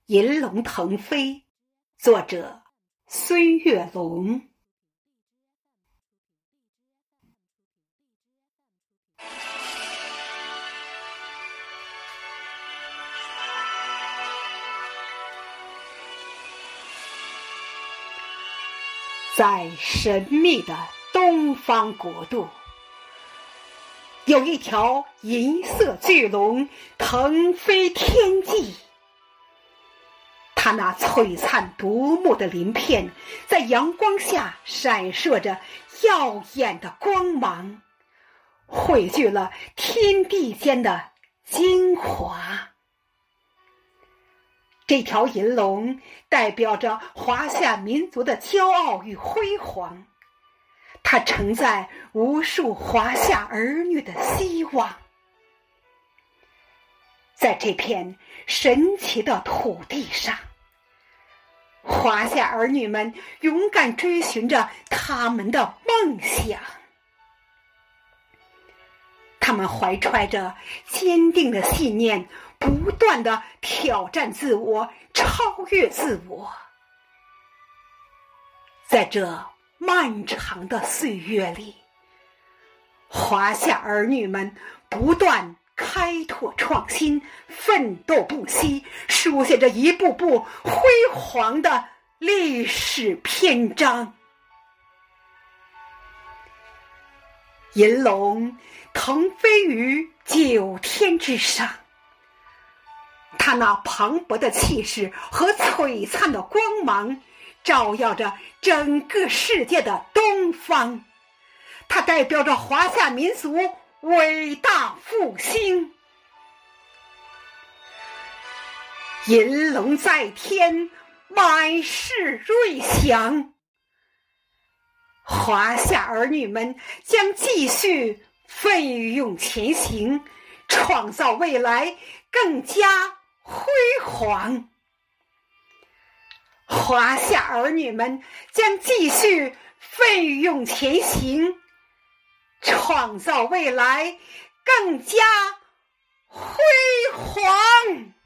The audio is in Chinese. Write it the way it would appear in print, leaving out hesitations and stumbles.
银龙腾飞，作者孙月龙。在神秘的东方国度，有一条银色巨龙腾飞天际，它那璀璨夺目的鳞片在阳光下闪烁着耀眼的光芒，汇聚了天地间的精华。这条银龙代表着华夏民族的骄傲与辉煌，它承载无数华夏儿女的希望。在这片神奇的土地上，华夏儿女们勇敢追寻着他们的梦想，他们怀揣着坚定的信念，不断地挑战自我，超越自我。在这漫长的岁月里，华夏儿女们不断开拓创新，奋斗不息，书写着一步步辉煌的历史篇章。银龙腾飞于9天之上，它那磅礴的气势和璀璨的光芒照耀着整个世界的东方，它代表着华夏民族伟大复兴。银龙在天，满是瑞祥，华夏儿女们将继续奋勇前行，创造未来更加辉煌。华夏儿女们将继续奋勇前行，创造未来更加辉煌。